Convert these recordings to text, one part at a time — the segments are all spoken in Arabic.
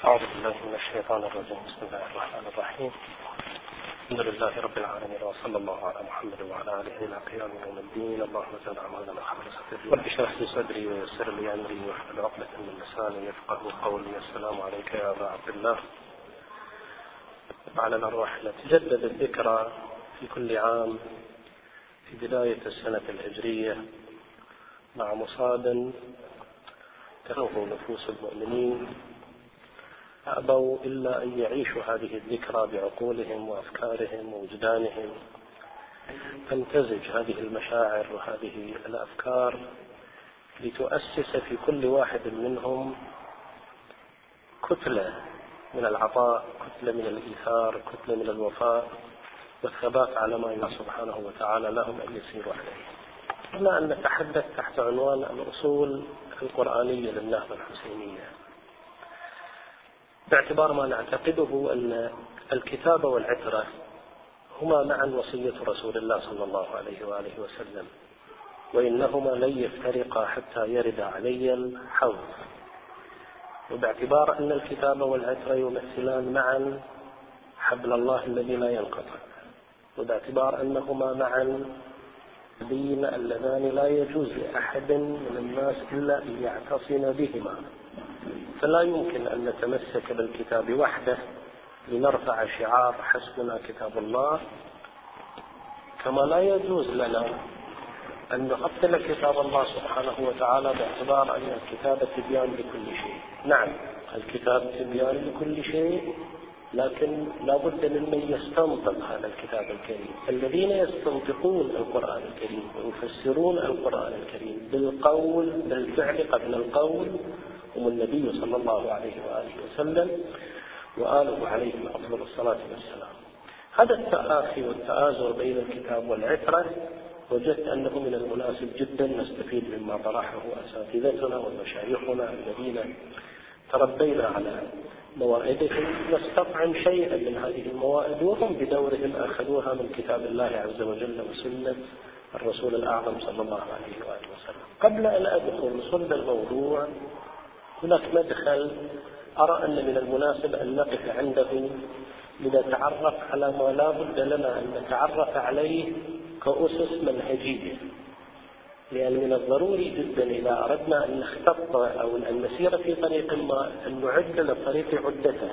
أعوذ بالله من الشيطان الرجيم. بسم الله الرحمن الرحيم. الحمد لله رب العالمين، وصلى الله على محمد وعلى آله إلى قيام يوم الدين. اللهم زد أعمالنا خالصة رب اشرح لي صدري ويسر لي أمري واحلل عقدة من لساني يفقهوا قولي. السلام عليك يا أبا عبد الله. على الأرواح التي تجدد الذكرى في كل عام في بداية السنة الهجرية مع مصاب تلوه نفوس المؤمنين أبوا إلا أن يعيشوا هذه الذكرى بعقولهم وأفكارهم ووجدانهم، تمتزج هذه المشاعر وهذه الأفكار لتؤسس في كل واحد منهم كتلة من العطاء، كتلة من الإيثار، كتلة من الوفاء والثبات على ما الله سبحانه وتعالى لهم أن يسيروا عليه. قبل أن نتحدث تحت عنوان الأصول القرآنية للنهضة الحسينية، باعتبار ما نعتقده أن الكتاب والعترة هما معا وصية رسول الله صلى الله عليه وآله وسلم، وإنهما لن يفترقا حتى يرد علي الحوض، وباعتبار أن الكتاب والعترة يمثلان معا حبل الله الذي لا ينقطع، وباعتبار أنهما معا الدين اللذان لا يجوز لأحد من الناس إلا أن يعتصم بهما، فلا يمكن أن نتمسك بالكتاب وحده لنرفع شعار حسبنا كتاب الله، كما لا يجوز لنا أن نقتل كتاب الله سبحانه وتعالى باعتبار أن الكتاب تبيان لكل شيء. نعم، الكتاب تبيان لكل شيء، لكن لا بد ممن يستنطق هذا الكتاب الكريم. الذين يستنطقون القرآن الكريم ويفسرون القرآن الكريم بالقول بالفعل قبل القول هم النبي صلى الله عليه وآله وسلم وآله عليهم أفضل الصلاة والسلام. هذا التآخي والتآزر بين الكتاب والعترة وجدت أنه من المناسب جدا نستفيد مما طرحه أساتذتنا ومشايخنا الذين تربينا على موائدهم، نستطعم شيئا من هذه الموائد وهم بدورهم أخذوها من كتاب الله عز وجل وسنة الرسول الأعظم صلى الله عليه وآله وسلم. قبل أن أدخل صلب الموضوع، هناك مدخل أرى أن من المناسب أن نقف عنده لنتعرف على ما لا بد لنا أن نتعرف عليه كأسس منهجية، لأن من الضروري جدا إذا أردنا أن نخطط أو أن نسير في طريق ما أن نعد للطريق عدته.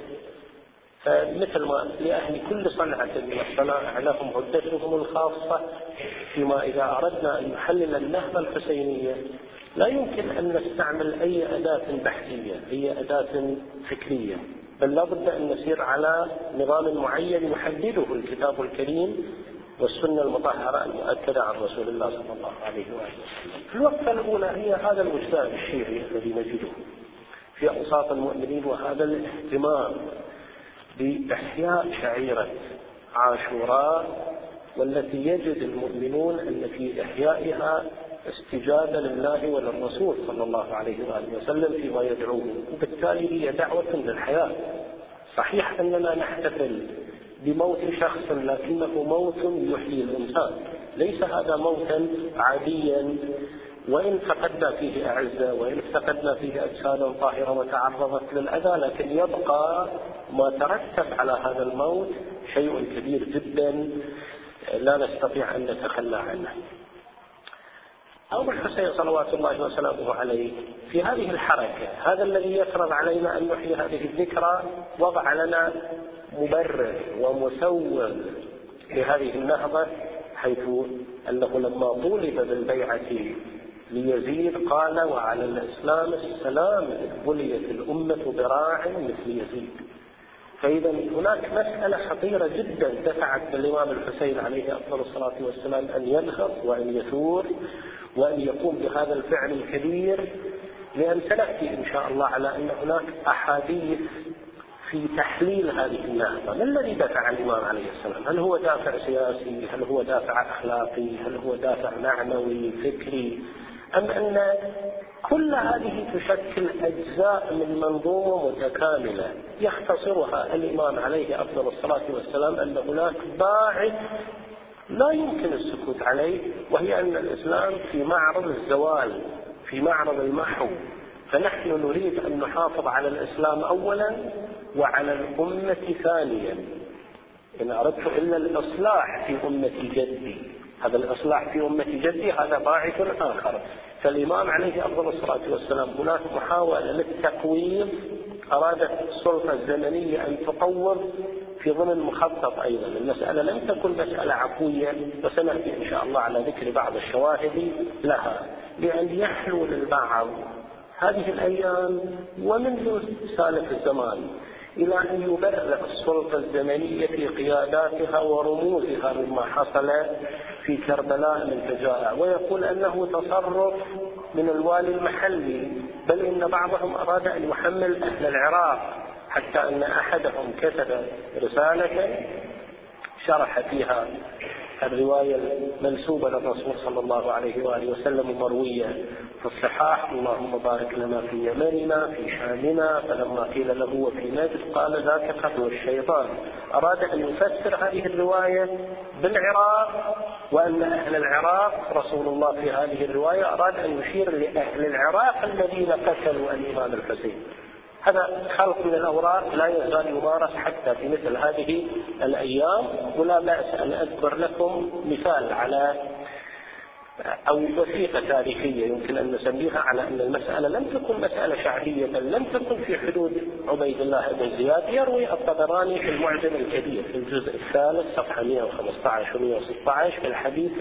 فمثل ما لأهل كل صنعة من الصنائع لهم عدتهم الخاصة، فيما إذا أردنا أن نحلل النهضة الحسينية لا يمكن أن نستعمل أي أداة بحثية، أي أداة فكرية، بل لا بد أن نسير على نظام معين يحدده الكتاب الكريم والسنة المطهرة المؤكدة عن رسول الله صلى الله عليه وآله وسلم. الوقفة الأولى هي هذا الوجدان الشيعي الذي نجده في أوساط المؤمنين، وهذا الاهتمام بإحياء شعيرة عاشوراء، والتي يجد المؤمنون أن في إحيائها استجابة لله وللرسول صلى الله عليه وآله وسلم فيما يدعوه، وبالتالي هي دعوة للحياة. صحيح أننا نحتفل بموت شخص، لكنه موت يحيي الإنسان، ليس هذا موتا عاديا وإن فقدنا فيه أعزة وإن افتقدنا فيه أجسادا طاهرة وتعرضت للأذى، لكن يبقى ما ترتب على هذا الموت شيء كبير جدا لا نستطيع أن نتخلى عنه. أبو الحسين صلوات الله وسلامه عليه في هذه الحركة، هذا الذي يفرض علينا أن نحيي هذه الذكرى، وضع لنا مبرر ومسوغ لهذه النهضة، حيث أنه لما طولب بالبيعة ليزيد قال: وعلى الإسلام السلام بليت الأمة براع مثل يزيد. فإذا هناك مسألة خطيرة جدا دفعت بالإمام الحسين عليه أفضل الصلاة والسلام أن ينهض وأن يثور وأن يقوم بهذا الفعل الكبير، لأن سنأتي إن شاء الله على أن هناك أحاديث في تحليل هذه النهضة. ما الذي دفع الإمام عليه السلام؟ هل هو دافع سياسي؟ هل هو دافع أخلاقي؟ هل هو دافع معنوي فكري؟ أم أن كل هذه تشكل أجزاء من منظومة متكاملة يختصرها الإمام عليه أفضل الصلاة والسلام أن هناك باعث لا يمكن السكوت عليه، وهي أن الإسلام في معرض الزوال، في معرض المحو، فنحن نريد أن نحافظ على الإسلام أولا وعلى الأمة ثانيا، إن أردت إلا الإصلاح في أمة جدي. هذا الإصلاح في أمة جدي هذا باعث آخر. فالإمام عليه أفضل الصلاة والسلام هناك محاولة للتقويض، أرادت السلطة الزمنية أن تقوض في ضمن مخطط أيضا. المسألة لم تكن مسألة عفوية، وسنأتي إن شاء الله على ذكر بعض الشواهد لها، لأن يحلو للبعض هذه الأيام ومنذ سالف الزمان إلى أن يبرر السلطة الزمنية في قياداتها ورموزها مما حصل في كربلاء من فجائع، ويقول أنه تصرف من الوالي المحلي، بل إن بعضهم أراد أن يحمل أهل العراق، حتى أن أحدهم كتب رسالة شرح فيها الرواية المنسوبة للرسول صلى الله عليه وآله وسلم مروية في الصحاح: اللهم بارك لنا في يمننا في شامنا، فلما قيل له وفي نجد قال ذاك قتل الشيطان. أراد أن يفسر هذه الرواية بالعراق، وأن أهل العراق رسول الله في هذه الرواية أراد أن يشير لأهل العراق الذين قتلوا الإمام الحسين. هذا خلق من الأوراق لا يزال يمارس حتى في مثل هذه الأيام، ولا بأس أن أذكر لكم مثال على أو وثيقة تاريخية يمكن أن نسميها على أن المسألة لم تكن مسألة شعبية، بل لم تكن في حدود عبيد الله بن زياد. يروي الطبراني في المعجم الكبير في الجزء الثالث صفحة 115 و 116 في الحديث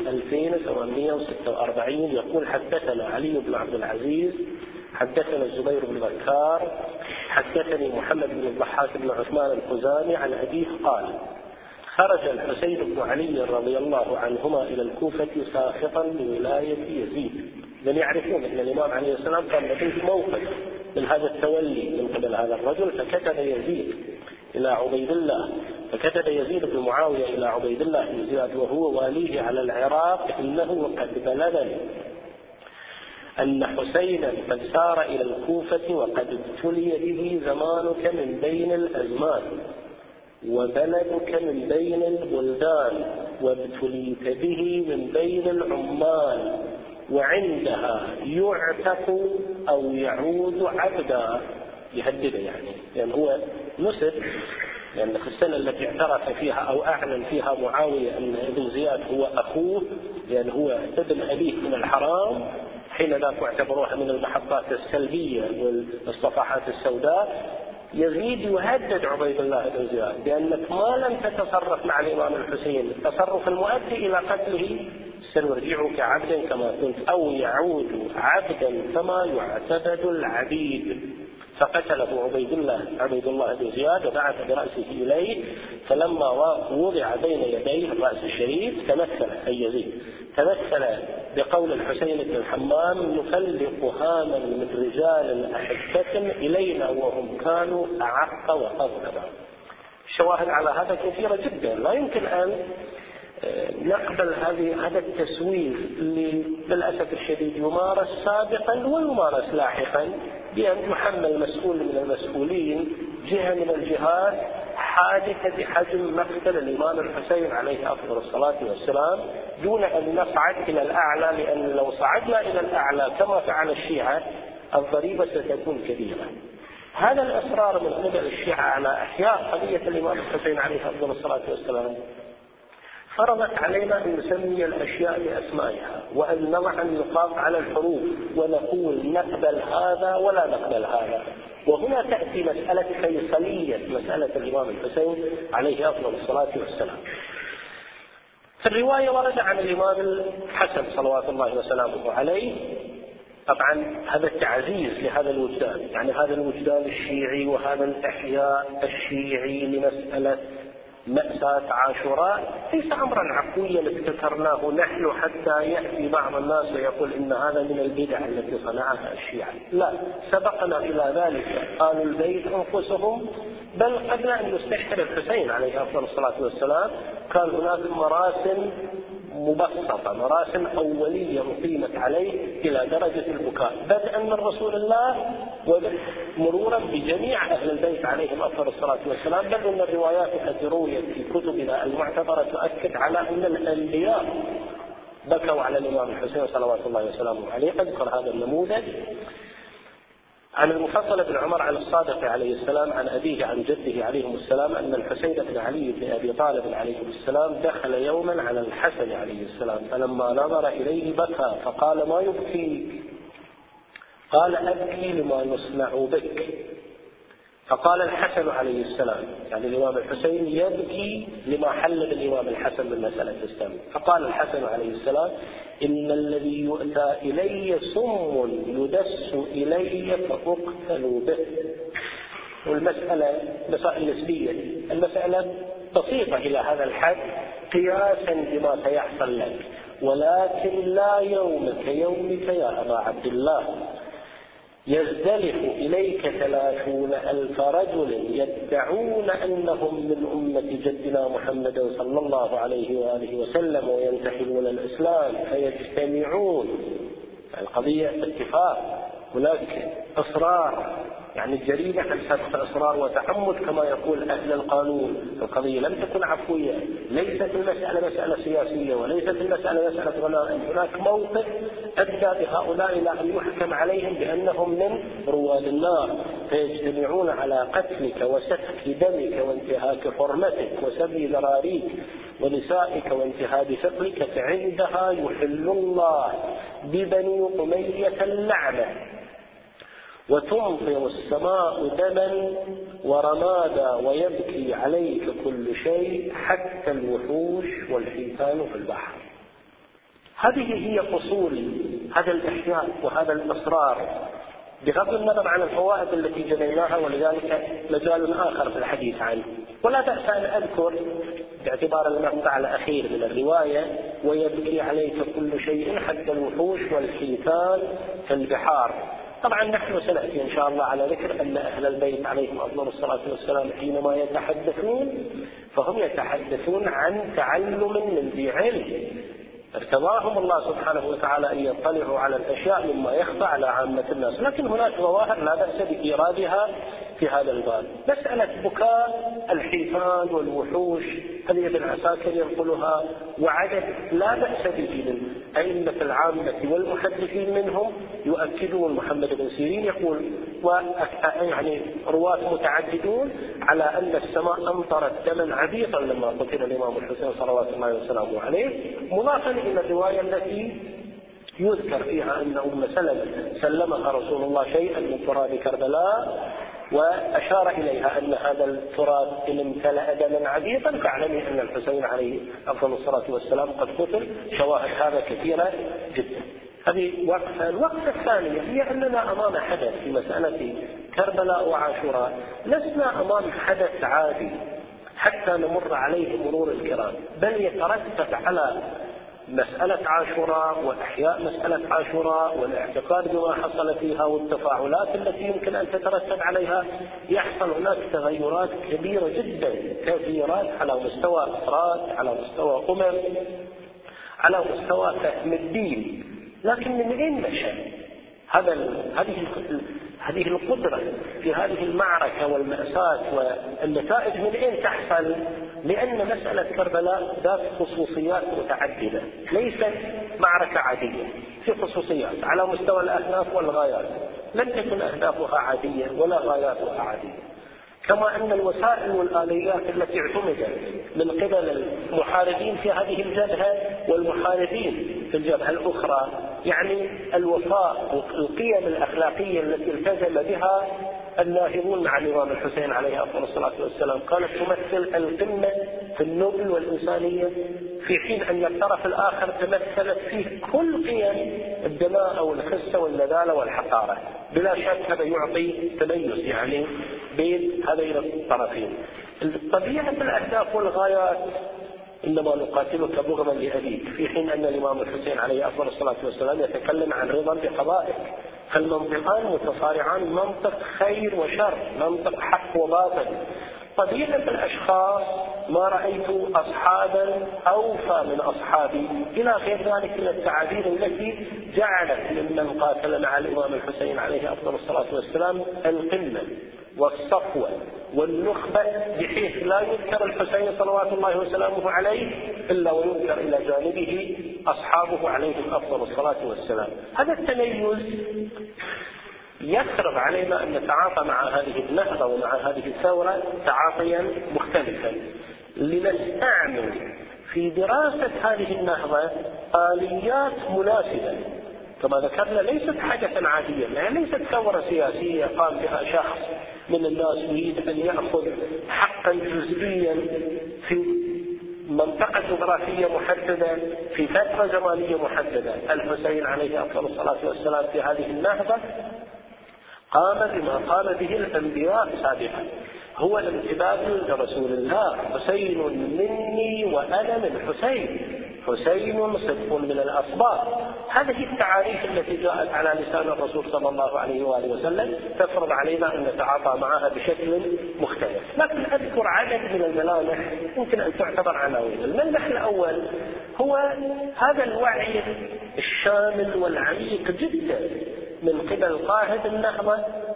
2846 يقول: حدثنا علي بن عبد العزيز، حدثنا الزبير بن بكار، حدثني محمد بن الضحاك بن عثمان الخزامي عن أبيه قال: خرج الحسين بن علي رضي الله عنهما إلى الكوفة ساخطا بولاية يزيد. لن يعرفون أن الإمام عليه السلام كان لديه موقف من هذا التولي من قبل هذا الرجل، فكتب يزيد إلى عبيد الله، فكتب يزيد بن معاوية إلى عبيد الله بن زياد وهو واليه على العراق: إنه قد بلغني أن حسينا قد سار إلى الكوفة وقد ابتلي به زمانك من بين الأزمان وبلدك من بين البلدان وابتليت به من بين العمال، وعندها يعتق أو يعود عبدا. يهدده يعني، لأن هو نسب، لأن في السنة التي اعترف فيها أو أعلن فيها معاوية أن ابن زياد هو أخوه، لأن هو ابن أبيه من الحرام، حين ذاك اعتبروها من المحطات السلبية والصفحات السوداء. يزيد يهدد عبيد الله بن زياد بأنك ما لم تتصرف مع الإمام الحسين التصرف المؤدي إلى قتله سنرجعك عبدا كما كنت، أو يعود عبدا كما يعتبد العبيد. فقتله عبيد الله بن زياد وبعث برأسه إليه، فلما وضع بين يديه الرأس الشريف تمثل أي يزيد تمثل بقول الحسين بن الحمام: نفلق هاما من رجال أحبة إلينا وهم كانوا أعق وأغلبا. الشواهد على هذا كثيرة جدا، لا يمكن أن نقبل هذا التسويف اللي للأسف الشديد يمارس سابقا ويمارس لاحقا، بأن يحمل مسؤول من المسؤولين جهة من الجهات حادثة بحجم مقتل الإمام الحسين عليه أفضل الصلاة والسلام، دون أن نصعد إلى الأعلى، لأن لو صعدنا إلى الأعلى كما فعل الشيعة الضريبة ستكون كبيرة. هذا الإصرار من قبل الشيعة على إحياء قضية الإمام الحسين عليه أفضل الصلاة والسلام فرضت علينا أن نسمي الأشياء بأسمائها، وأن نضع النقاط على الحروف ونقول نقبل هذا ولا نقبل هذا. وهنا تأتي مسألة فيصلية مسألة الإمام الحسين عليه أفضل الصلاة والسلام. في الرواية ورد عن الإمام الحسن صلوات الله وسلامه عليه، طبعا هذا التعزيز لهذا الوجدان، يعني هذا الوجدان الشيعي وهذا الإحياء الشيعي لمسألة مأساة عاشوراء ليس أمرا عفويا ابتكرناه نحن حتى يأتي بعض الناس ويقول إن هذا من البدع التي صنعها الشيعة. لا، سبقنا إلى ذلك آل البيت أنفسهم، بل قبل أن يستشهد الحسين عليه أفضل الصلاة والسلام كان هناك مراسم مبسطة، مراسم أولية أقيمت عليه إلى درجة البكاء، بدءا من رسول الله ومرورا بجميع أهل البيت عليهم أفضل الصلاة والسلام. بل إن الروايات التي رويت في كتبنا المعتبرة تؤكد على أن الأنبياء بكوا على الإمام الحسين صلوات الله وسلامه عليه. أذكر هذا النموذج. عن المفضل بن عمر عن الصادق عليه السلام عن أبيه عن جده عليهم السلام أن الحسين بن علي بن أبي طالب عليه السلام دخل يوما على الحسن عليه السلام، فلما نظر إليه بكى فقال: ما يبكيك؟ قال: أبكي لما يصنع بك. فقال الحسن عليه السلام، يعني الإمام الحسين، يبكي لما حل بالإمام الحسن من مسألة السم. فقال الحسن عليه السلام: إن الذي يؤتى إلي سم يدس إلي فأقتل به. والمسألة مسائل نسبية، المسألة بسيطة إلى هذا الحد قياسا بما سيحصل لك، ولكن لا يوم كيومك يا أبا عبد الله يزدلف إليك 30,000 رجل يدعون أنهم من أمة جدنا محمد صلى الله عليه وآله وسلم وينتحلون الإسلام فيجتمعون. القضية اتفاق، هناك إصرار، يعني الجريمة عن سبق إصرار وتعمد كما يقول أهل القانون. القضية لم تكن عفوية، ليست المسألة مسألة سياسية، وليست المسألة مسألة غنائم. هناك موقف أدى بهؤلاء إلى أن يحكم عليهم بأنهم من رواد النار، فيجتمعون على قتلك وسفك دمك وانتهاك حرمتك وسبي ذراريك ونسائك وانتهاب ثقلك، فعندها يحل الله ببني أمية اللعنة وتمطر السماء دما ورمادا ويبكي عليك كل شيء حتى الوحوش والحيتان في البحر. هذه هي فصول هذا الإحياء وهذا الإصرار، بغض النظر عن الفوائد التي جنيناها، ولذلك مجال آخر في الحديث عنه. ولا بأس أن أذكر باعتبار المقطع الأخير من الرواية: ويبكي عليك كل شيء حتى الوحوش والحيتان في البحار. طبعا نحن سنأتي إن شاء الله على ذكر أن أهل البيت عليهم أفضل الصلاة والسلام حينما يتحدثون فهم يتحدثون عن تعلم من ذي علم ارتضاهم الله سبحانه وتعالى أن يطلعوا على الأشياء مما يخفى على عامة الناس. لكن هناك ظواهر لا بأس بإيرادها في هذا الباب. مسألة بكاء الحيتان والوحوش هذه ابن عساكر ينقلها، وعدد لا بأس به من أئمة العامة والمحدثين منهم يؤكدون. محمد بن سيرين يقول يعني رواة متعددون على أن السماء أمطرت دما عبيطا لما قتل الإمام الحسين صلوات الله وسلامه عليه، مضافا إلى الرواية التي يذكر فيها أن أم سلمة سلمها رسول الله شيئا من تراب كربلاء وأشار إليها أن هذا التراب إن امتلأ دما عبيطا فاعلمي أن الحسين عليه أفضل الصلاة والسلام قد قتل. شواهد هذا كثيرة جدا. هذه وقفة. الوقفة الثانية هي أننا أمام حدث في مسألة كربلاء وعاشوراء، لسنا أمام حدث عادي حتى نمر عليه مرور الكرام، بل يترتب على مسألة عاشوراء وإحياء مسألة عاشوراء والاعتقاد بما حصل فيها والتفاعلات التي يمكن أن تترتب عليها، يحصل هناك تغيرات كبيرة جدا، تغييرات على مستوى أفراد، على مستوى على مستوى فهم الدين. لكن من أين نشأ هذه القدرة في هذه المعركة والمأساة والنتائج؟ من أين تحصل؟ لأن مسألة كربلاء ذات خصوصيات متعددة، ليست معركة عادية، في خصوصيات على مستوى الأهداف والغايات، لم تكن أهدافها عادية ولا غاياتها عادية. كما أن الوسائل والآليات التي اعتمدت من قبل المحاربين في هذه الجبهة والمحاربين في الجبهة الأخرى، يعني الوفاء والقيم الأخلاقية التي التزم بها الناهضون مع الإمام الحسين عليه أفضل الصلاة والسلام كانت تمثل القمة في النبل والإنسانية، في حين أن الطرف الآخر تمثلت فيه كل قيم الدماء والخسة والنذالة والحقارة. بلا شك هذا يعطي تميز يعني بين هذين الطرفين. طبيعة الأهداف والغايات: إنما نقاتلك بغضا لأبيك، في حين أن الإمام الحسين عليه أفضل الصلاة والسلام يتكلم عن رضا بقضائك. فالمنطقان متصارعان، منطق خير وشر، منطق حق وباطل. طبيعة الأشخاص: ما رأيت أصحابا أوفى من أصحابي، إلى غير ذلك من التعابير التي جعلت ممن قاتل مع الإمام الحسين عليه أفضل الصلاة والسلام القمة والصفوة والنخبة، بحيث لا يذكر الحسين صلوات الله وسلامه عليه إلا ويذكر إلى جانبه أصحابه عليهم أفضل الصلاة والسلام. هذا التميز يفرض علينا أن نتعاطى مع هذه النهضة ومع هذه الثورة تعاطيا مختلفا، لنستعمل في دراسة هذه النهضة آليات مناسبة. كما ذكرنا ليست حاجة عادية، يعني ليست ثورة سياسية قام بها شخص من الناس يريد أن يأخذ حقا جزئيا في منطقة جغرافية محددة في فترة زمانية محددة. الحسين عليه أفضل الصلاة والسلام في هذه النهضة قام بما قام به الأنبياء سابقا، هو الامتداد لرسول الله. حسين مني وأنا من حسين، حسين صدق من الأصباط. هذه التعاريف التي جاءت على لسان الرسول صلى الله عليه وآله وسلم تفرض علينا أن نتعاطى معها بشكل مختلف. لكن أذكر عدد من الملامح يمكن أن تعتبر عناوين. الملمح الأول هو هذا الوعي الشامل والعميق جدا من قبل قائد النهضة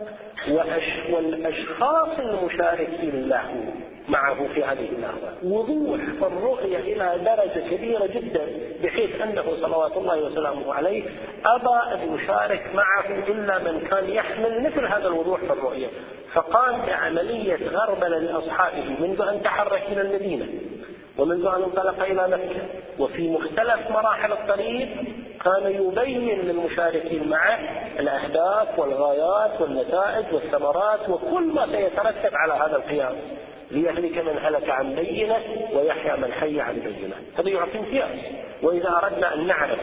والأشخاص المشاركين له معه في هذه النهضة، وضوح في الرؤية إلى درجة كبيرة جدا، بحيث أنه صلوات الله وسلامه عليه أبى أن يشارك معه إلا من كان يحمل مثل هذا الوضوح في الرؤية، فقام بعملية غربلة لأصحابه منذ أن تحرك من المدينة ومنذ أن انطلق إلى مكة، وفي مختلف مراحل الطريق كان يبين للمشاركين معه الأهداف والغايات والنتائج والثمرات وكل ما سيترتب على هذا القيام، ليهلك من هلك عن بينة ويحيى من حي عن بينة. هذا يعطي امتياز. وإذا أردنا أن نعرف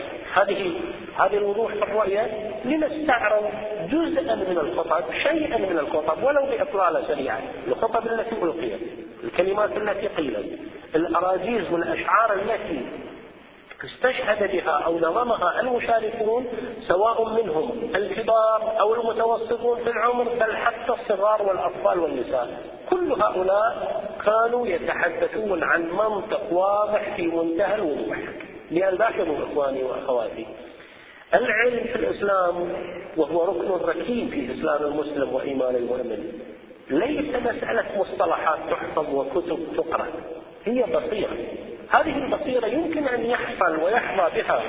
هذه الوضوح في الرؤية، لنستعرض جزءا من الخطب، شيئا من الخطب ولو بإطلالة سريعة، الخطب التي ألقيت، الكلمات التي قيلت، الأراجيز والأشعار التي استشهد بها أو نظمها المشاركون، سواء منهم الكبار أو المتوسطون في العمر، بل حتى الصغار والأطفال والنساء. كل هؤلاء كانوا يتحدثون عن منطق واضح في منتهى الوضوح. لأن لاحظوا إخواني وأخواتي، العلم في الإسلام وهو ركن ركين في إسلام المسلم وإيمان المؤمن، ليس مسألة مصطلحات تحفظ وكتب تقرأ، هي بصيرة. هذه البصيرة يمكن أن يحصل ويحظى بها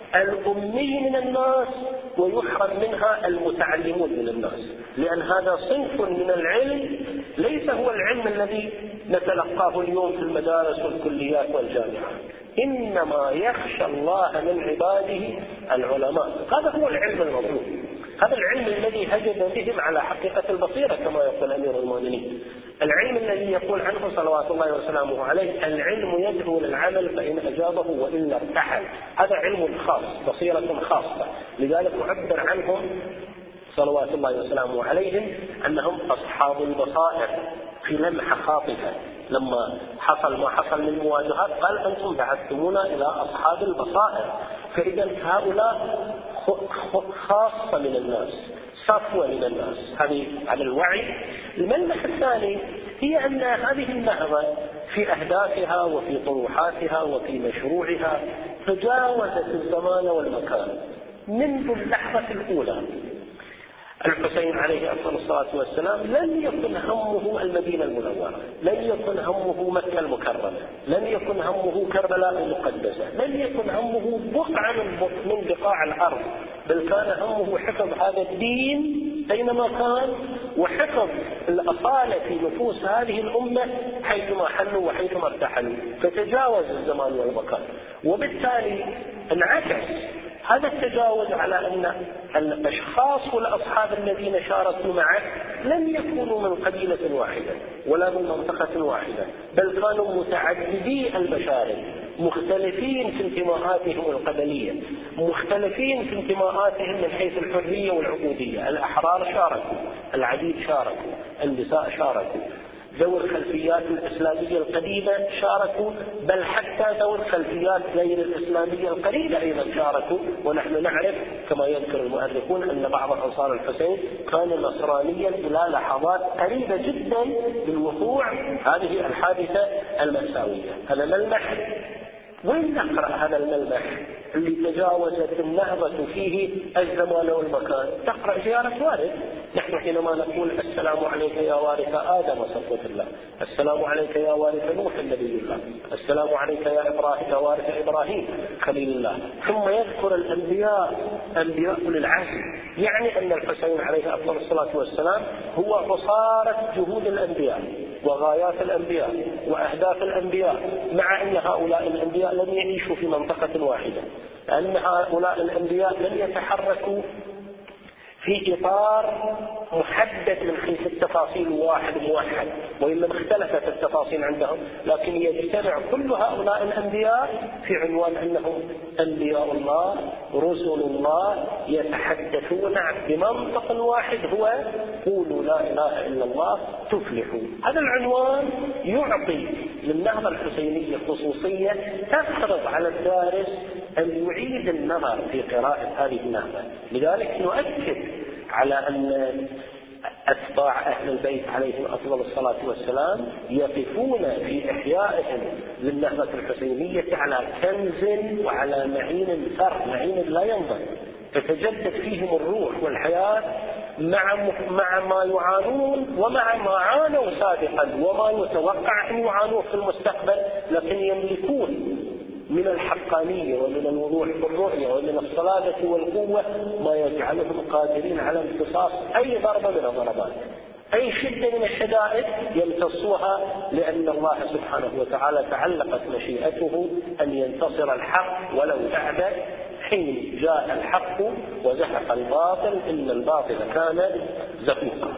الأمي من الناس ويحرم منها المتعلمون من الناس، لأن هذا صنف من العلم ليس هو العلم الذي نتلقاه اليوم في المدارس والكليات والجامعات، إنما يخشى الله من عباده العلماء. هذا هو العلم المطلوب، هذا العلم الذي هجد بهم على حقيقة البصيرة كما يقول أمير المؤمنين، العلم الذي يقول عنه صلوات الله وسلامه عليه: العلم يدعو للعمل فإن أجابه وإلا ارتحل. هذا علم خاص، بصيرة خاصة. لذلك عبر عنهم صلوات الله وسلامه عليهم أنهم أصحاب البصائر. في لمحة خاطفة لما حصل ما حصل من مواجهات قال: أنتم بعثتمونا إلى أصحاب البصائر. فإذا هؤلاء خاصة من الناس، صفوة من الناس. هذه على الوعي. الملمح الثاني هي أن هذه النهضة في أهدافها وفي طروحاتها وفي مشروعها تجاوزت الزمان والمكان منذ اللحظة الأولى. الحسين عليه أفضل الصلاة والسلام لم يكن همه المدينة المنورة، لم يكن همه مكة المكرمة، لم يكن همه كربلاء المقدسة، لم يكن همه بقعة من بقاع الأرض، بل كان همه حفظ هذا الدين أينما كان، وحفظ الأصالة في نفوس هذه الأمة حيثما حلوا وحيثما ارتحلوا، فتجاوز الزمان والمكان. وبالتالي انعكس هذا التجاوز على أن الأشخاص والأصحاب الذين شاركوا معه لم يكونوا من قبيلة واحدة ولا من منطقة واحدة، بل كانوا متعددي المشارب، مختلفين في انتماءاتهم القبلية، مختلفين في انتماءاتهم من حيث الحرية والعبودية. الأحرار شاركوا، العبيد شاركوا، النساء شاركوا، ذوي الخلفيات الإسلامية القديمة شاركوا، بل حتى ذوي الخلفيات غير الإسلامية القريبة أيضا شاركوا. ونحن نعرف كما يذكر المؤرخون أن بعض أنصار الحسين كان نصرانيا إلى لحظات قريبة جدا من وقوع هذه الحادثة المأساوية. هذا ملمح وين نقرأ هذا الملمح اللي تجاوزت النهضة فيه الزمان والمكان؟ تقرأ زيارة والد. نحن حينما نقول السلام عليك يا وارث آدم صفوة الله، السلام عليك يا وارث نوح النبي الله، السلام عليك يا إبراهيم يا وارث إبراهيم خليل الله، ثم يذكر الأنبياء أنبياء للعزم، يعني أن الحسين عليه أفضل الصلاة والسلام هو عصارة جهود الأنبياء وغايات الأنبياء وأهداف الأنبياء، مع أن هؤلاء الأنبياء لم يعيشوا في منطقة واحدة، لأن هؤلاء الأنبياء لم يتحركوا في إطار محدد من حيث التفاصيل واحد موحد، وإنما اختلفت التفاصيل عندهم، لكن يجتمع كل هؤلاء الأنبياء في عنوان أنهم أنبياء الله رسل الله يتحدثون بمنطق واحد هو قولوا لا إله إلا الله تفلحوا. هذا العنوان يعطي للنهضة الحسينية خصوصية تفرض على الدارس أن يعيد النظر في قراءة هذه النهضة. لذلك نؤكد على أن أتباع أهل البيت عليهم أفضل الصلاة والسلام يقفون في إحيائهم للنهضة الحسينية على كنز وعلى معين فرق، معين لا ينضب، تتجدد فيهم الروح والحياة مع ما يعانون ومع ما عانوا سابقا وما يتوقع أن يعانوه في المستقبل، لكن يملكون من الحقانية ومن الوضوح في الرؤية ومن الصلابة والقوة ما يجعلهم قادرين على امتصاص أي ضربة من الضربات، أي شدة من الشدائد يمتصوها، لأن الله سبحانه وتعالى تعلقت مشيئته أن ينتصر الحق ولو بعد حين جاء الحق وزحق الباطل إن الباطل كان زهوقا.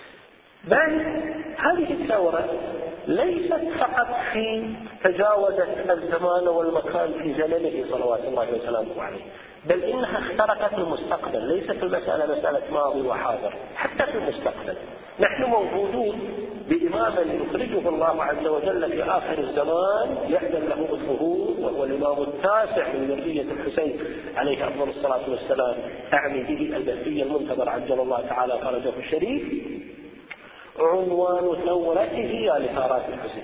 بل هذه الثورة ليست فقط في تجاوزت الزمان والمكان في زمنه صلوات الله وسلامه عليه، بل إنها اخترقت المستقبل. ليست المسألة مسألة ماضي وحاضر، حتى في المستقبل نحن موجودون بإمام يخرجه الله عز وجل في آخر الزمان يأذن له الظهور، وهو الإمام التاسع من ذرية الحسين عليه أفضل الصلاة والسلام، أعني به البهتي المنتظر عجل الله تعالى فرجه الشريف. عنوان ثورته يا لثارات الحسين،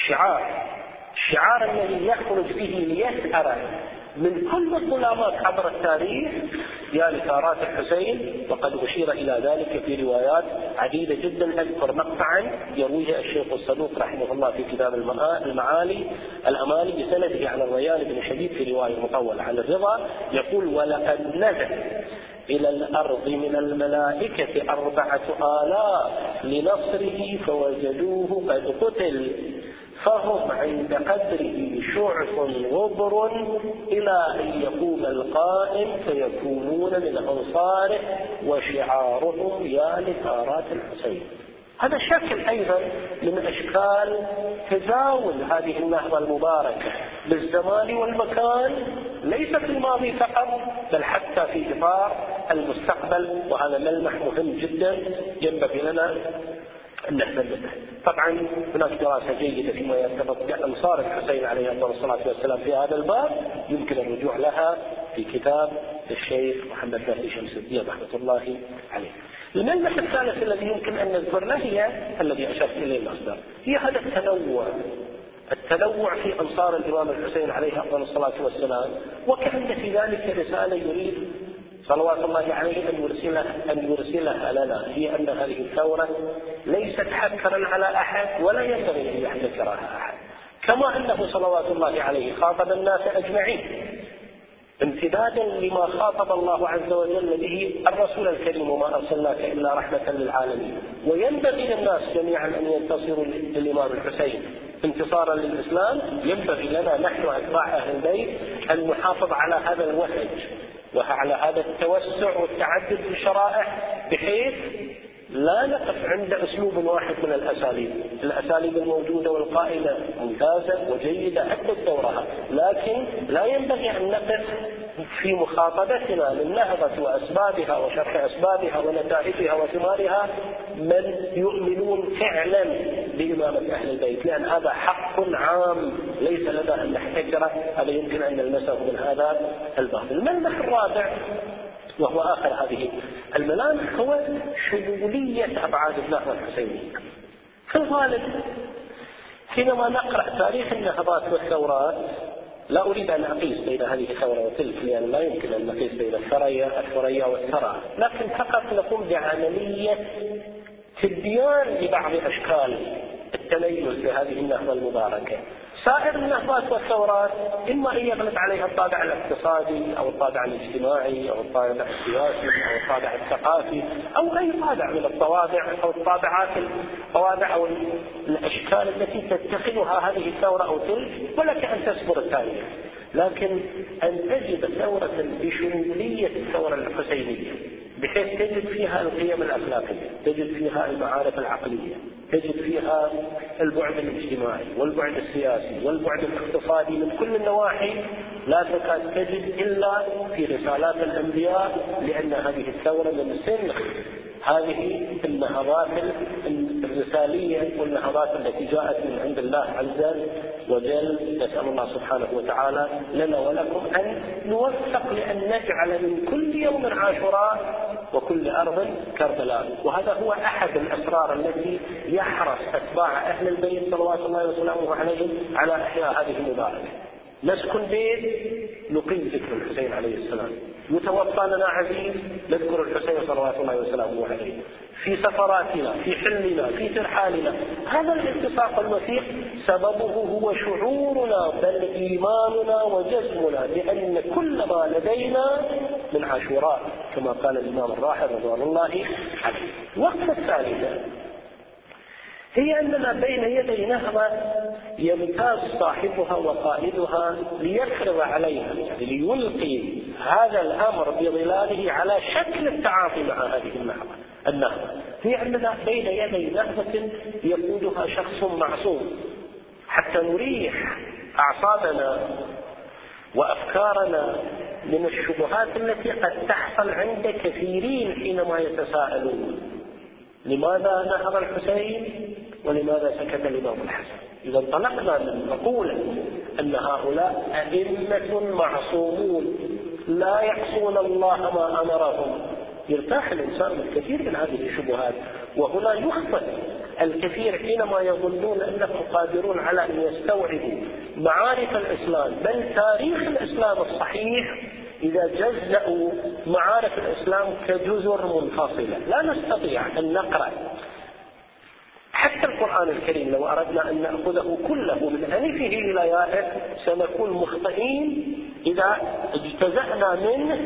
الشعار الذي يخرج به ليسأر من كل الظلامات عبر التاريخ يا لثارات الحسين. وقد أشير إلى ذلك في روايات عديدة جدا، أذكر مقطعا يرويه الشيخ الصدوق رحمه الله في كتاب المعالي الأمالي بسنده عن الريان بن حبيب في رواية مطولة عن الرضا، يقول: ولقد نزل إلى الأرض من الملائكة 4000 لنصره فوجدوه قد قتل، فهم عند قدره شعث غبر إلى أن يقوم القائم فيكونون من أنصاره وشعارهم يا لثارات الحسين. هذا شكل أيضا من أشكال تزاول هذه النهضة المباركة بالزمان والمكان، ليس في الماضي فقط بل حتى في إطار المستقبل، وهذا ملمح مهم جدا ينبغي لنا أن نحمله. طبعا هناك دراسة جيدة فيما يرتبط بأنصار الحسين عليه الصلاة والسلام في هذا الباب يمكن الرجوع لها في كتاب الشيخ محمد باقي شمس الدين رحمة الله عليه. الملمح الثالث الذي يمكن أن نذكر له هي الذي أشرت إليه المصدر، هي هذا التنوع في أنصار الإمام الحسين عليه الصلاة والسلام، وكأن في ذلك رسالة يريد صلوات الله عليه أن يرسلها لنا، هي أن هذه الثورة ليست حكرا على أحد ولا ينبغي أن يحتكرها أحد، كما أنه صلوات الله عليه خاطب الناس أجمعين امتدادا لما خاطب الله عز وجل به الرسول الكريم: وما أرسلناك إلا رحمة للعالمين. وينبغي للناس جميعا أن ينتصروا للإمام الحسين انتصارا للإسلام. ينبغي لنا نحن أتباع أهل البيت أن نحافظ على هذا الوهج وعلى هذا التوسع والتعدد في الشرائع، بحيث لا نقف عند أسلوب واحد من الأساليب الموجودة والقائمة ممتازة وجيدة أكبر دورها، لكن لا ينبغي أن نقف في مخاطبتنا للنهضة وأسبابها وشرح أسبابها ونتائجها وثمارها من يؤمنون فعلا بإمامة أهل البيت، لأن هذا حق عام ليس لنا أن نحتكره، هذا يمكن أن نلمسه من هذا الباب. الملمح الرابع وهو آخر هذه الملامح هو شمولية أبعاد النهضة الحسينية. في الغالب حينما نقرأ تاريخ النهضات والثورات لا أريد أن أقيس بين هذه الثورة وتلك، لأن لا يمكن أن نقيس بين الثريا والثرى، لكن فقط نقوم بعملية تبيان لبعض أشكال التميز لهذه النهضة المباركة. سائر النهضات والثورات إما أن يغلب عليها الطابع الاقتصادي أو الطابع الاجتماعي أو الطابع السياسي أو الطابع الثقافي أو أي طابع من الطوابع أو الطوابع أو الأشكال التي تتخذها هذه الثورة أو تلك، ولك أن تصبر التاريخ. لكن أن تجد ثورة بشمولية الثورة الحسينية بحيث تجد فيها القيم الأخلاقية، تجد فيها المعارف العقلية، تجد فيها البعد الاجتماعي والبعد السياسي والبعد الاقتصادي من كل النواحي، لا تكاد تجد إلا في رسالات الأنبياء، لأن هذه الثورة من سنخ هذه النهضات الرسالية والنهضات التي جاءت من عند الله عز وجل. نسأل الله سبحانه وتعالى لنا ولكم أن نوفق لأن نجعل من كل يوم عاشوراء وكل أرض كربلاء. وهذا هو أحد الأسرار التي يحرص أتباع أهل البيت صلوات الله وسلامه عليهم على إحياء هذه المباركة. نسكن بيت نقيم ذكر الحسين عليه السلام، يتوفى لنا عزيز نذكر الحسين صلوات الله وسلامه عليه، في سفراتنا، في حلنا، في ترحالنا. هذا الالتصاق الوثيق سببه هو شعورنا بل إيماننا وجزمنا بأن كل ما لدينا من عاشوراء، كما قال الإمام الراحل رضوان الله عليه. الوقفة الثالثة هي أننا بين يدي نهضة يمتاز صاحبها وقائدها ليفرض عليها، يعني ليلقي هذا الأمر بظلاله على شكل التعاطي مع هذه النهضة. هي أننا بين يدي نهضة يقودها شخص معصوم، حتى نريح أعصابنا وأفكارنا من الشبهات التي قد تحصل عند كثيرين حينما يتساءلون لماذا نهض الحسين ولماذا سكت الإمام الحسن. إذا انطلقنا من مقولة أن هؤلاء أئمة معصومون لا يعصون الله ما أمرهم، يرتاح الإنسان من كثير من هذه الشبهات. وهنا يخطئ الكثير حينما يظنون أنهم قادرون على أن يستوعبوا معارف الإسلام بل تاريخ الإسلام الصحيح إذا جزأوا معارف الإسلام كجزر منفصلة. لا نستطيع أن نقرأ حتى القرآن الكريم لو أردنا أن نأخذه كله من ألفه إلى يائه سنكون مخطئين إذا اجتزأنا منه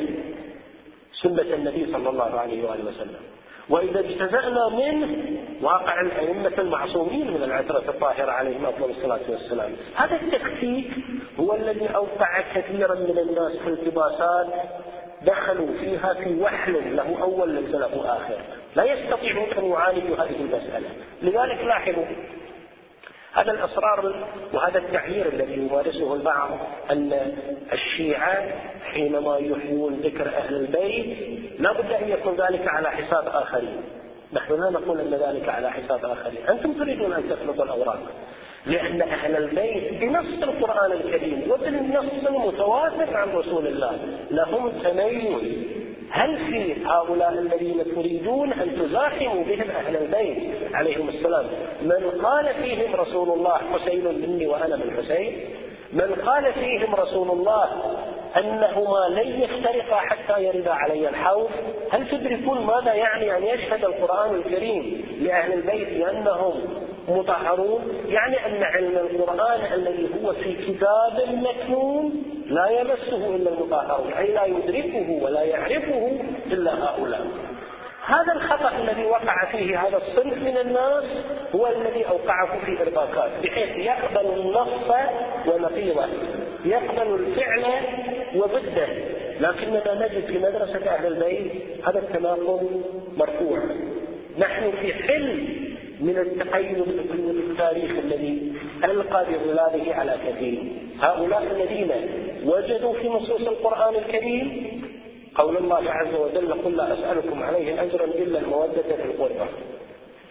سنة النبي صلى الله عليه وآله وسلم، وإذا اجتزأنا منه واقع الأئمة المعصومين من العترة الطاهرة عليهم أفضل الصلاة والسلام. هذا التخفيف هو الذي أوقع كثيرا من الناس في التباسات دخلوا فيها في وحل له أول ليس له آخر، لا يستطيعون أن يعالجوا هذه المسألة. لذلك لاحظوا هذا الأسرار وهذا التعيير الذي يمارسه البعض أن الشيعة حينما يحيون ذكر أهل البيت لا بد أن يكون ذلك على حساب آخرين. نحن لا نقول أن ذلك على حساب آخرين، أنتم تريدون أن تخلطوا الأوراق، لأن أهل البيت بنص القرآن الكريم وبالنص المتواتر عن رسول الله لهم تميز. هل في هؤلاء الذين تريدون أن تزاحموا بهم أهل البيت عليهم السلام من قال فيهم رسول الله حسين مني وأنا من حسين؟ من قال فيهم رسول الله أنهما لن يفترقا حتى يرد علي الحوض؟ هل تدركون ماذا يعني أن يشهد القرآن الكريم لأهل البيت بأنهم مطهرون؟ يعني أن علم القرآن الذي هو في كتاب مكنون لا يمسه إلا المطهرون، أي لا يدركه ولا يعرفه إلا هؤلاء. هذا الخطأ الذي وقع فيه هذا الصنف من الناس هو الذي أوقعه في إرباكات، بحيث يقبل النص ونقيضه، يقبل الفعل وضده. لكننا نجد في مدرسة أهل البيت هذا التناقض مرفوع. نحن في حل من التقيد بقيود التاريخ الذي ألقى بظلاله على كثير. هؤلاء الذين وجدوا في نصوص القرآن الكريم قول الله عز وجل قل لا أسألكم عليه أجرا إلا المودة في القربى،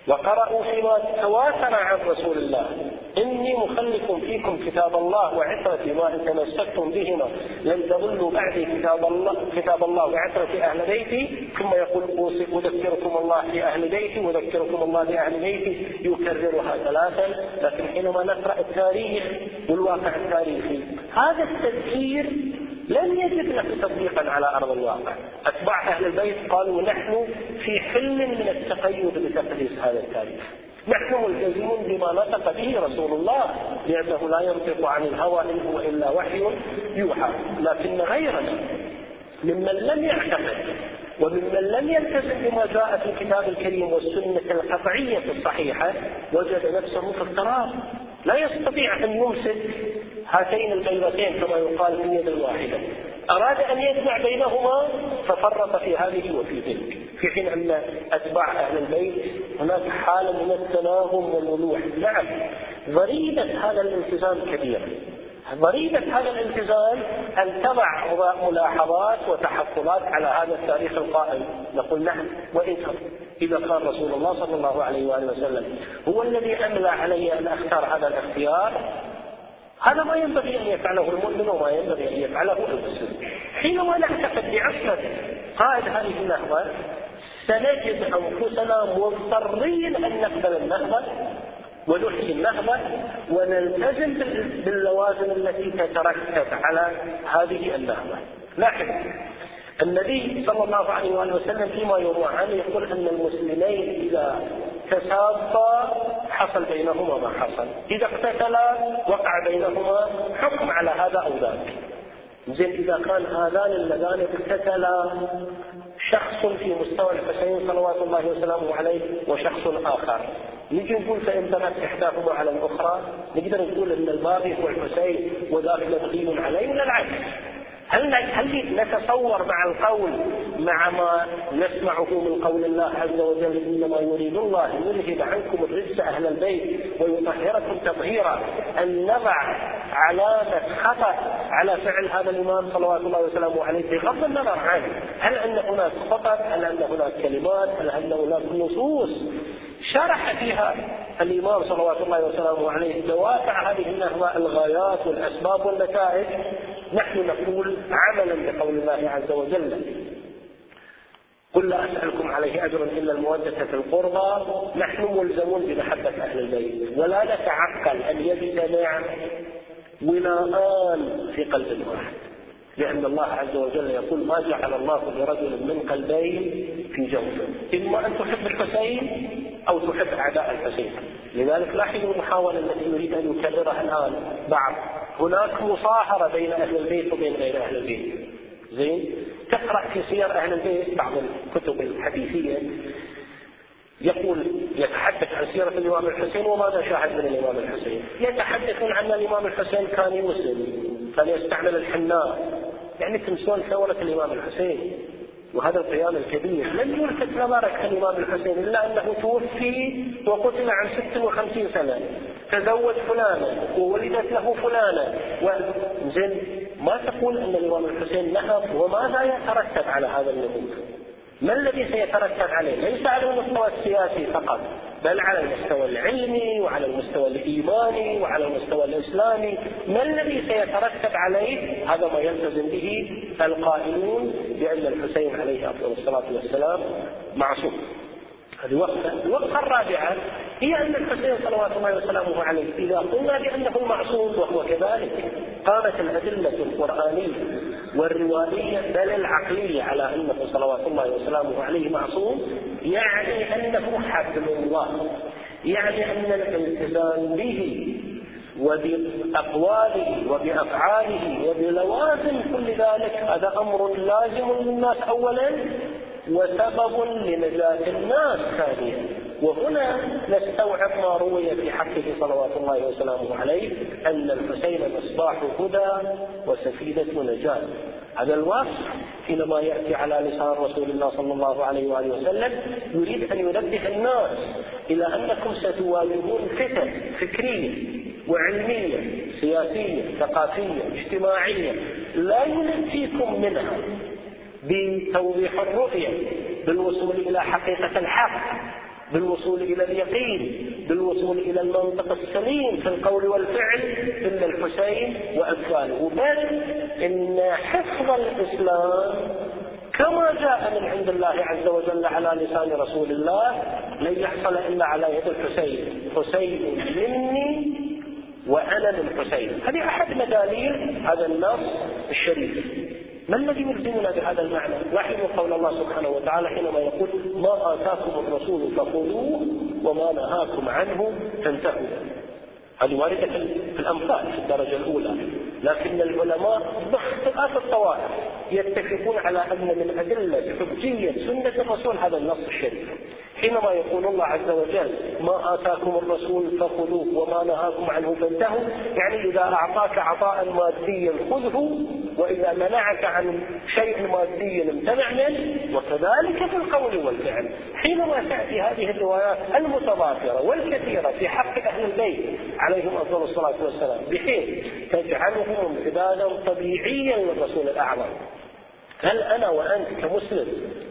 وقرأوا فيما تواتر عن رسول الله: إني مخلف فيكم كتاب الله وعترتي ما إن تمسكتم بهما لن تضلوا بعدي كتاب الله وعترتي أهل بيتي. ثم يقول: أذكركم الله في أهل بيتي وذكركم الله بأهل بيتي، يكررها 3. لكن حينما نقرأ التاريخ والواقع التاريخي هذا التذكير لم يجد له تطبيقا على أرض الواقع. أتباع أهل البيت قالوا: نحن في حل من التقيد بتقديس هذا التاريخ، نحن ملتزمون بما نطق به رسول الله لأنه لا ينطق عن الهوى إن هو إلا وحي يوحى. لكن غيرنا ممن لم يعتقد وممن لم يلتزم بما جاء في الكتاب الكريم والسنة القطعية الصحيحة وجد نفسه في اضطراب، لا يستطيع أن يمسك هاتين البيضتين كما يقال في يد الواحدة، أراد أن يجمع بينهما ففرط في هذه وفي تلك، في حين أن أتباع أهل البيت هناك حالة من التناغم والوضوح. نعم، ضريبة هذا الالتزام كبيرة، ضريبة هذا الالتزام أن تضع ملاحظات وتحفظات على هذا التاريخ القائم. نقول: نعم، وإن إذا كان رسول الله صلى الله عليه وآله وسلم هو الذي أملى علي أن أختار هذا الاختيار، هذا ما ينبغي أن يفعله المؤمن وما ينبغي أن يفعله المسلم. حينما نعتقد بعصمة قائد هذه النهضة سنجد أنفسنا مضطرين أن نقبل النهضة ونحيي النهضة ونلتزم باللوازم التي تترتب على هذه النهضة. لاحظ النبي صلى الله عليه وآله وسلم فيما يروى عنه يقول أن المسلمين إذا تسابقا حصل بينهما ما حصل، إذا اقتتلا وقع بينهما حكم على هذا أو ذاك. زين، إذا كان هذان اللذان اقتتلا شخص في مستوى الحسين صلوات الله وسلامه عليه وشخص آخر، نجي نقول فإن بغت إحداهما على الأخرى نقدر نقول أن الباغي هو الحسين وذاك مبغي عليه، ولا العكس؟ هل نتصور مع القول مع ما نسمعه من قول الله عز وجل: إنما يريد الله أن يذهب عنكم الرجس أهل البيت ويطهركم تطهيرا، أن نضع علامة خطأ على فعل هذا الإمام صلوات الله وسلامه عليه بغض النظر عنه هل أن هناك خطأ، هل أن هناك كلمات، هل أن هناك نصوص شرح فيها الإمام صلوات الله وسلامه عليه دوافع هذه النهضة، الغايات والأسباب والنتائج. نحن نقول عملا بقول الله عز وجل: قل لا أسألكم عليه أجرا إلا المودة في القربى. نحن ملزمون بمحبة أهل البيت، ولا نتعقل أن يجتمع ولاءان في قلب واحد، لأن الله عز وجل يقول: ما جعل الله لرجل من قلبين في جوفه، إما أن تحب الحسين أو تحب أعداء الحسين. لذلك لاحظوا المحاولة التي يريد أن يكررها الآن بعض، هناك مصاهرة بين أهل البيت وبين غير أهل البيت. زين، تقرأ في سير أهل البيت بعض الكتب الحديثية يقول يتحدث عن سيرة الإمام الحسين وماذا شاهد من الإمام الحسين. يتحدثون عن الإمام الحسين كان يوسم، كان يستعمل الحناء، يعني تنسون ثورة الإمام الحسين وهذا القيام الكبير. لم يلفت نظرك الإمام الحسين إلا أنه توفي وقتل عن 56 سنة، تزوج فلانة وولدت له فلانة وزين. ما تقول أن الإمام الحسين نهض وماذا يترتب على هذا النهوض؟ ما الذي سيترتب عليه؟ ليس على المستوى السياسي فقط، بل على المستوى العلمي وعلى المستوى الإيماني وعلى المستوى الإسلامي. ما الذي سيترتب عليه؟ هذا ما يلتزم به القائلون بأن الحسين عليه أفضل الصلاة والسلام معصوم. هذه وقفة. الوقفة الرابعة هي أن الحسين صلوات الله وسلامه عليه إذا قلنا بأنه معصوم وهو كذلك، قامت الأدلة القرآنية والروائية بل العقلية على أنه صلوات الله وسلامه عليه معصوم، يعني أنه حبل الله، يعني أن الالتزام به وبأقواله وبأفعاله وبلوازم كل ذلك هذا أمر لازم للناس أولا وسبب لنجاة الناس ثانيا. وهنا نستوعب ما روي في حقه صلوات الله وسلامه عليه أن الحسين مصباح هدى وسفينة نجاة. هذا الوصف حينما يأتي على لسان رسول الله صلى الله عليه وآله وسلم يريد أن ينبه الناس إلى أنكم ستواجهون فتن فكرية وعلمية سياسية ثقافية اجتماعية لا ينجيكم منها بتوضيح الرؤية بالوصول إلى حقيقة الحق بالوصول إلى اليقين، بالوصول إلى المنطق السليم في القول والفعل إلا الحسين وأمثاله. بل إن حفظ الإسلام كما جاء من عند الله عز وجل على لسان رسول الله لن يحصل إلا على يد الحسين. حسين مني وأنا للحسين. هذه أحد مداليل هذا النص الشريف. ما الذي يلزمنا بهذا المعنى؟ لاحظوا قول الله سبحانه وتعالى حينما يقول ما آتاكم الرسول فخذوه وما نهاكم عنه فانتهوا. هذه واردة في الأمثال في الدرجة الأولى، لكن العلماء باختلاف الطوائف يتفقون على أن من أدلة حجية سنة الرسول هذا النص الشريف. حينما يقول الله عز وجل ما آتاكم الرسول فخذوه وما نهاكم عنه فانتهوا، يعني إذا أعطاك عطاء ماديا خذه، وإذا منعك عن شيء مادي امتنع منه، وكذلك في القول والفعل. حينما تأتي هذه الروايات المتضافرة والكثيرة في حق أهل البيت عليهم أفضل الصلاة والسلام بحيث تجعلهم امتدادا طبيعيا للرسول الأعظم، هل أنا وأنت كمسلم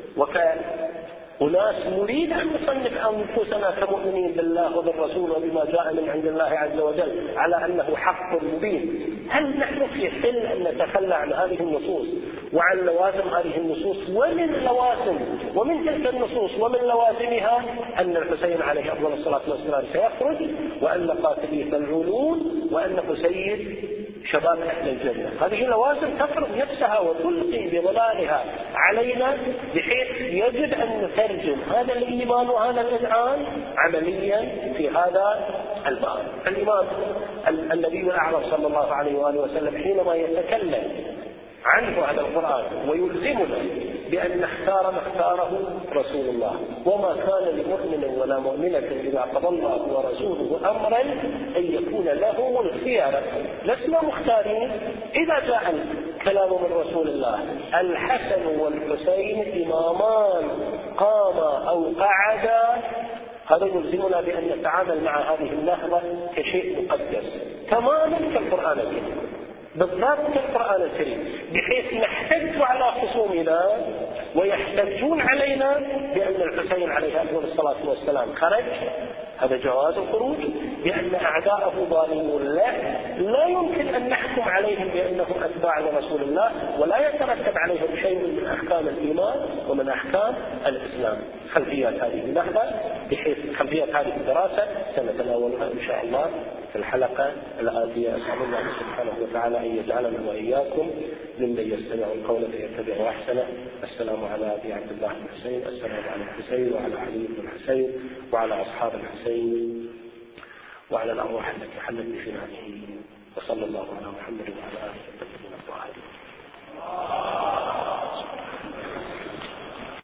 وناس نريد أن نصنف أنفسنا كمؤمنين بالله وبالرسول وبما جاء من عند الله عز وجل على أنه حق مبين، هل نحن في حل أن نتخلى عن هذه النصوص وعن لوازم هذه النصوص؟ ومن تلك النصوص ومن لوازمها أن الحسين عليه أفضل الصلاة والسلام سيخرج، وأن قاتليه ملعونون، وأنه سيد شباب أهل الجنة. هذه لوازم تفرض نفسها وتلقي بظلالها علينا بحيث يجب أن نترجم هذا الإيمان وهذا الإذعان عمليا في هذا الباب. الإمام النبي الأعظم صلى الله عليه وآله وسلم حينما يتكلم عنه هذا القرآن ويلزمنا بأن نختار ما اختاره رسول الله، وما كان لمؤمن ولا مؤمنة إذا قضى الله ورسوله أمرا أن يكون لهم الخيار. لسنا مختارين. إذا جاء الكلام من رسول الله الحسن والحسين إمامان قاما أو قعدا، هذا يلزمنا بأن نتعامل مع هذه النهضة كشيء مقدس تماما كالقرآن الكريم، بالذات كالقرآن الكريم، بحيث نحتج على خصومنا ويحتجون علينا بأن الحسين عليه أفضل الصلاة والسلام خرج، هذا جواز الخروج، بأن أعداءه ظالمون لا يمكن أن نحكم عليهم بأنهم أتباع لرسول الله ولا يترتب عليهم شيء من أحكام الإيمان ومن أحكام الإسلام. خلفيات هذه النهضة بحيث خلفيات هذه الدراسة سنتناولها إن شاء الله في الحلقة الآتية. أسأل الله سبحانه وتعالى أن يجعلنا وإياكم ممن يستمع القول فيتبع أحسنه. السلام على أبي عبد الله بن الحسين، السلام على الحسين وعلى علي بن الحسين وعلى أصحاب الحسين وعلى الأرواح التي حلت بفنائه، وصلى الله على محمد وعلى آله وصحبه الطاهرين.